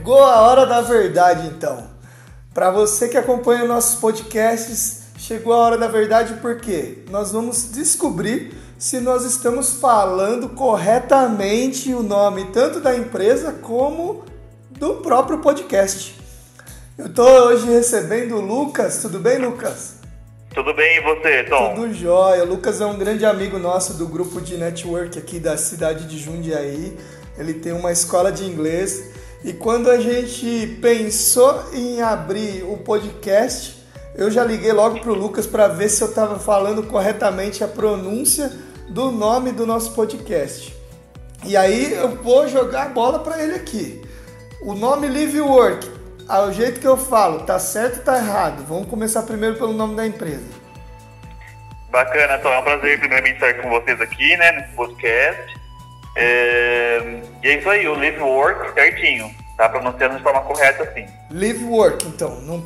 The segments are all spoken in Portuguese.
Chegou a hora da verdade, então. Para você que acompanha nossos podcasts, chegou a hora da verdade porque nós vamos descobrir se nós estamos falando corretamente o nome tanto da empresa como do próprio podcast. Eu estou hoje recebendo o Lucas. Tudo bem, Lucas? Tudo bem, e você, Tom? Tudo jóia. O Lucas é um grande amigo nosso do grupo de network aqui da cidade de Jundiaí. Ele tem uma escola de inglês. E quando a gente pensou em abrir o podcast, eu já liguei logo para o Lucas para ver se eu estava falando corretamente a pronúncia do nome do nosso podcast. E aí eu vou jogar a bola para ele aqui. O nome Live Work, o jeito que eu falo, tá certo ou tá errado? Vamos começar primeiro pelo nome da empresa. Bacana, Tom. É um prazer primeiramente estar com vocês aqui, né, nesse podcast. E é isso aí, o Live Work certinho. Tá pronunciando de forma correta, sim. Live Work, então. Não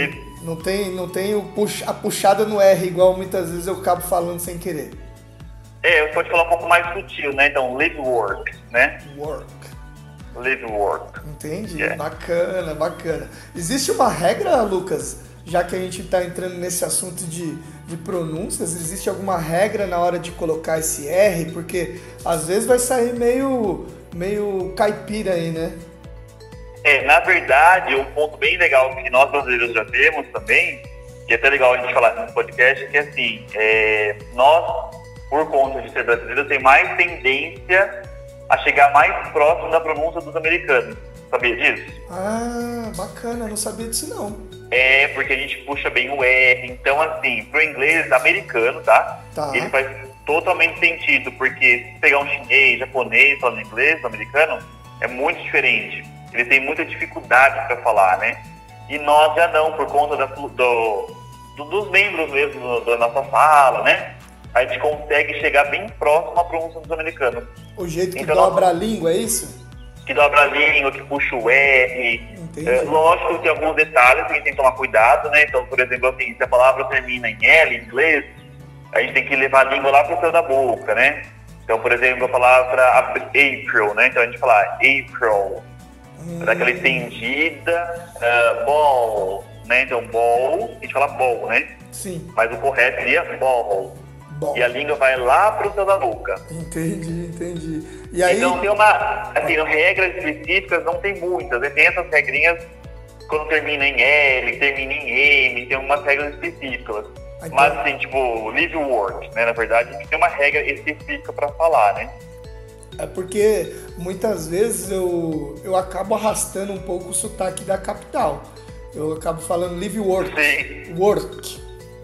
tem a puxada no R, igual muitas vezes eu acabo falando sem querer. Você pode falar um pouco mais sutil, né? Então, Live Work, né? Work. Live Work. Entendi, bacana. Existe uma regra, Lucas, já que a gente está entrando nesse assunto de pronúncias, existe alguma regra na hora de colocar esse R? Porque às vezes vai sair meio caipira aí, né? Na verdade, um ponto bem legal que nós brasileiros já temos também, que é até legal a gente falar nesse podcast, que é assim, nós, por conta de ser brasileiros, tem mais tendência a chegar mais próximo da pronúncia dos americanos. Sabia disso? Ah, bacana, não sabia disso não. Porque a gente puxa bem o R. Então, assim, pro inglês americano, tá? Ele faz totalmente sentido, porque se pegar um chinês, japonês falando inglês, americano, é muito diferente. Ele tem muita dificuldade para falar, né? E nós já não, por conta dos membros mesmo da nossa sala, né? A gente consegue chegar bem próximo à pronúncia dos americanos. O jeito que então, dobra a língua, é isso? Que dobra a língua, que puxa o R. Lógico que tem alguns detalhes que a gente tem que tomar cuidado, né? Então, por exemplo, assim, se a palavra termina em L, em inglês, a gente tem que levar a língua lá pro céu da boca, né? Então, por exemplo, a palavra April, né? Então a gente fala April. Daquela estendida, ball, né? Então, ball, a gente fala ball, né? Sim. Mas o correto seria ball. E a língua vai lá pro céu da boca. Entendi. E aí... Então, tem regras específicas, não tem muitas. Tem essas regrinhas quando termina em L, termina em M, tem umas regras específicas. Então... Mas, assim, tipo, live work, né? Na verdade, a gente tem uma regra específica para falar, né? É porque muitas vezes eu acabo arrastando um pouco o sotaque da capital. Eu acabo falando live work. Sim. Work,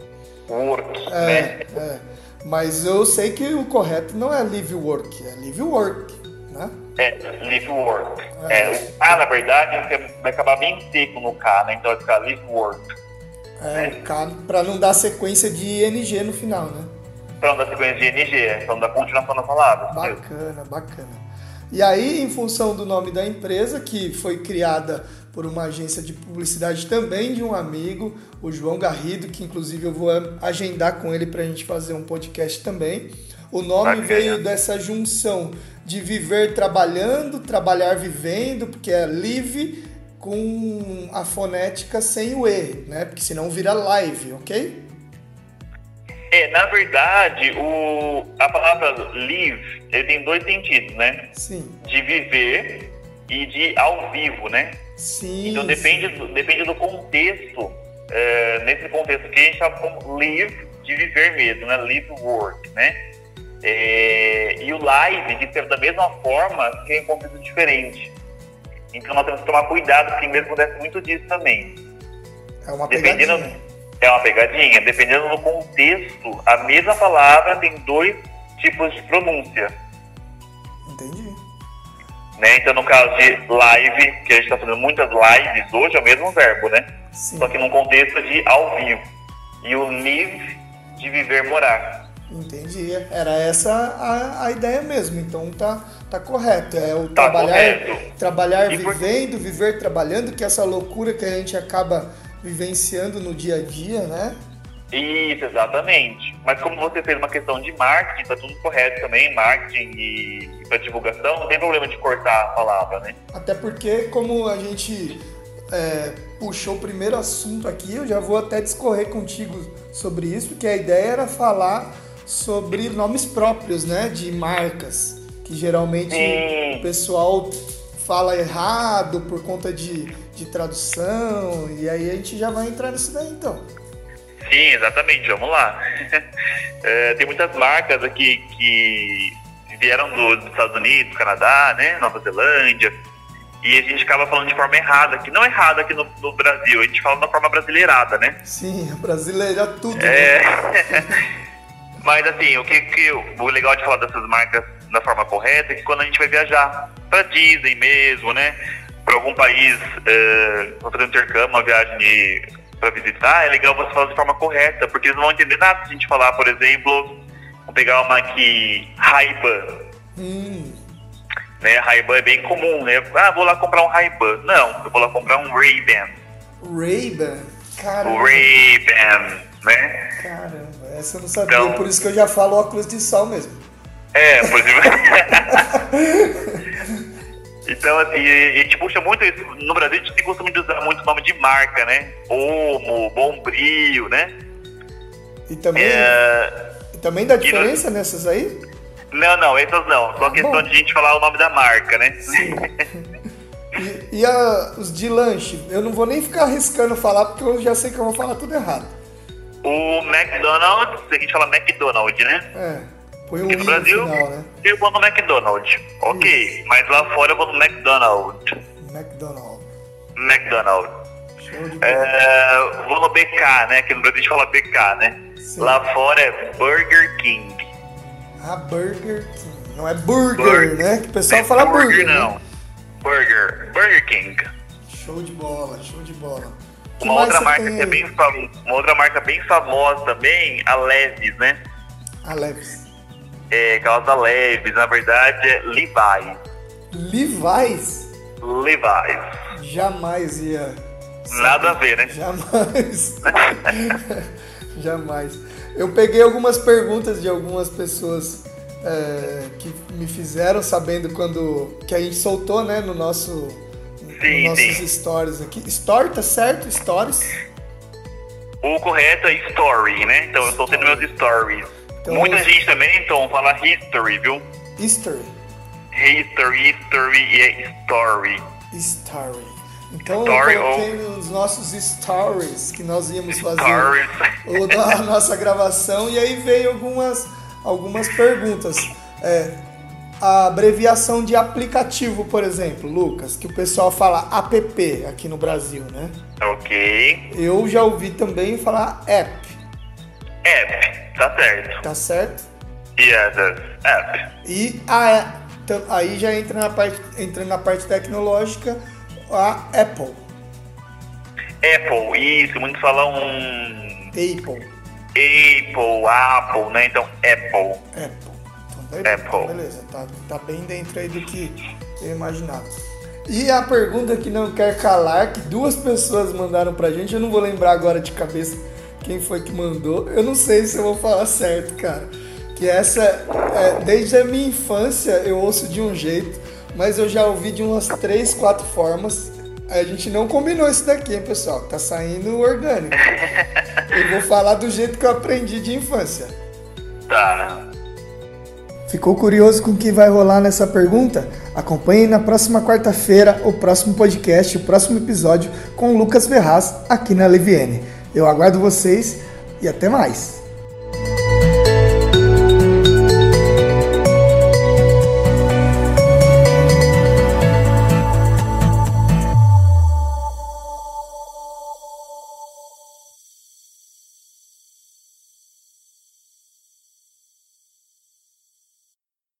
né? Mas eu sei que o correto não é live work, é live work, né? Live work. O K, na verdade, vai acabar bem seco no K, né? Então vai ficar live work. O K, pra não dar sequência de NG no final, né? Pra não dar sequência de NG, pra não dar continuação na palavra. Bacana. E aí, em função do nome da empresa, que foi criada por uma agência de publicidade também de um amigo, o João Garrido, que inclusive eu vou agendar com ele para a gente fazer um podcast também. O nome veio dessa junção de viver trabalhando, trabalhar vivendo, porque é live com a fonética sem o E, né? Porque senão vira live, ok? Na verdade, a palavra live, ele tem dois sentidos, né? Sim. De viver e de ao vivo, né? Sim. Então depende do contexto. Nesse contexto aqui a gente chama como live, de viver mesmo, né? Live work, né? E o live, de ser da mesma forma, que é em contexto diferente. Então nós temos que tomar cuidado, porque em inglês acontece muito disso também. É uma pegadinha. É uma pegadinha. Dependendo do contexto, a mesma palavra tem dois tipos de pronúncia. Entendi. Né? Então, no caso de live, que a gente está fazendo muitas lives hoje, é o mesmo verbo, né? Sim. Só que num contexto de ao vivo. E o live, de viver, morar. Entendi. Era essa a ideia mesmo. Então tá correto. É o trabalhar vivendo, viver trabalhando, que é essa loucura que a gente acaba vivenciando no dia a dia, né? Isso, exatamente. Mas como você fez uma questão de marketing, tá tudo correto também, marketing e para divulgação, não tem problema de cortar a palavra, né? Até porque, como a gente puxou o primeiro assunto aqui, eu já vou até discorrer contigo sobre isso, porque a ideia era falar sobre nomes próprios, né, de marcas, que geralmente o pessoal fala errado por conta de tradução, e aí a gente já vai entrar nisso daí, então. Sim, exatamente, vamos lá. Tem muitas marcas aqui que vieram dos Estados Unidos, Canadá, né, Nova Zelândia, e a gente acaba falando de forma errada, que não é errada aqui no Brasil, a gente fala da forma brasileirada, né? Sim, brasileira tudo. Né? Mas assim, o legal de falar dessas marcas da forma correta é que quando a gente vai viajar para Disney mesmo, né, para algum país, fazer um intercâmbio, uma viagem para visitar, é legal você falar de forma correta, porque eles não vão entender nada se a gente falar, por exemplo, vamos pegar uma aqui, Ray-Ban. Né, Ray-Ban é bem comum, né? Vou lá comprar um Ray-Ban. Não, eu vou lá comprar um Ray-Ban. Ray-Ban? Caramba. Ray-Ban, né? Caramba, essa eu não sabia, então, por isso que eu já falo óculos de sol mesmo. Por exemplo. Então, assim, a gente puxa muito isso. No Brasil, a gente tem costume de usar muito o nome de marca, né? Omo, Bombril, né? E também dá diferença nessas aí? Não, essas não. Só questão de a gente falar o nome da marca, né? Sim. E os de lanche? Eu não vou nem ficar arriscando falar, porque eu já sei que eu vou falar tudo errado. O McDonald's, a gente fala McDonald's, né? Põe um aqui no Brasil, no final, né? Eu vou no McDonald's. Ok, mas lá fora eu vou no McDonald's. McDonald's. Show de bola. Vou no BK, né? Aqui no Brasil a gente fala BK, né? Sim. Lá fora é Burger King. Burger King. Não é burger, né? Que o pessoal fala burger, não. Né? Burger King. Show de bola. Uma outra marca que é uma outra marca bem famosa também, a Levi's, né? A Levi's. Calça Levi's, na verdade é Levi's. Levi's? Jamais ia. Nada a ver, né? Jamais. Eu peguei algumas perguntas de algumas pessoas que me fizeram, sabendo que a gente soltou, né, nos nossos stories aqui. Story, tá certo? Stories? O correto é story, né? Então eu estou tendo meus stories. Então, muita gente também, então, fala history, viu? History e é story. Então eu coloquei nos nossos stories que nós íamos fazer a nossa gravação, e aí veio algumas perguntas. A abreviação de aplicativo, por exemplo, Lucas, que o pessoal fala app aqui no Brasil, né? Ok. Eu já ouvi também falar app, tá certo. Tá certo? Yes, app. E aí já entra na parte tecnológica, a Apple, isso, muitos falam Apple, né? Então, Apple. Então, beleza, tá bem dentro aí do que eu imaginava. E a pergunta que não quer calar, que 2 pessoas mandaram pra gente, eu não vou lembrar agora de cabeça quem foi que mandou, eu não sei se eu vou falar certo, cara. Que essa, desde a minha infância eu ouço de um jeito, mas eu já ouvi de umas 3, 4 formas. A gente não combinou isso daqui, hein, pessoal? Tá saindo orgânico. Eu vou falar do jeito que eu aprendi de infância. Tá. Ficou curioso com o que vai rolar nessa pergunta? Acompanhe na próxima quarta-feira o próximo podcast, o próximo episódio com o Lucas Ferraz aqui na Leviene. Eu aguardo vocês e até mais.